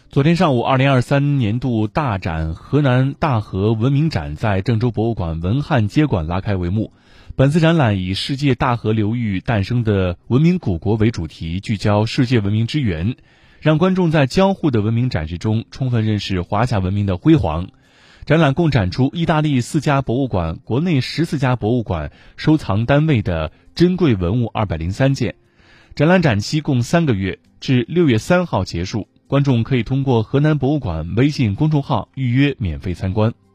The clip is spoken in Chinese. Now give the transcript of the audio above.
昨天上午，2023年度大展河南大河文明展在郑州博物馆文汉接馆拉开帷幕。本次展览以世界大河流域诞生的文明古国为主题，聚焦世界文明之源，让观众在交互的文明展示中充分认识华夏文明的辉煌。展览共展出意大利4家博物馆、国内14家博物馆收藏单位的珍贵文物203件。展览展期共3个月，至6月3号结束。观众可以通过河南博物馆微信公众号预约免费参观。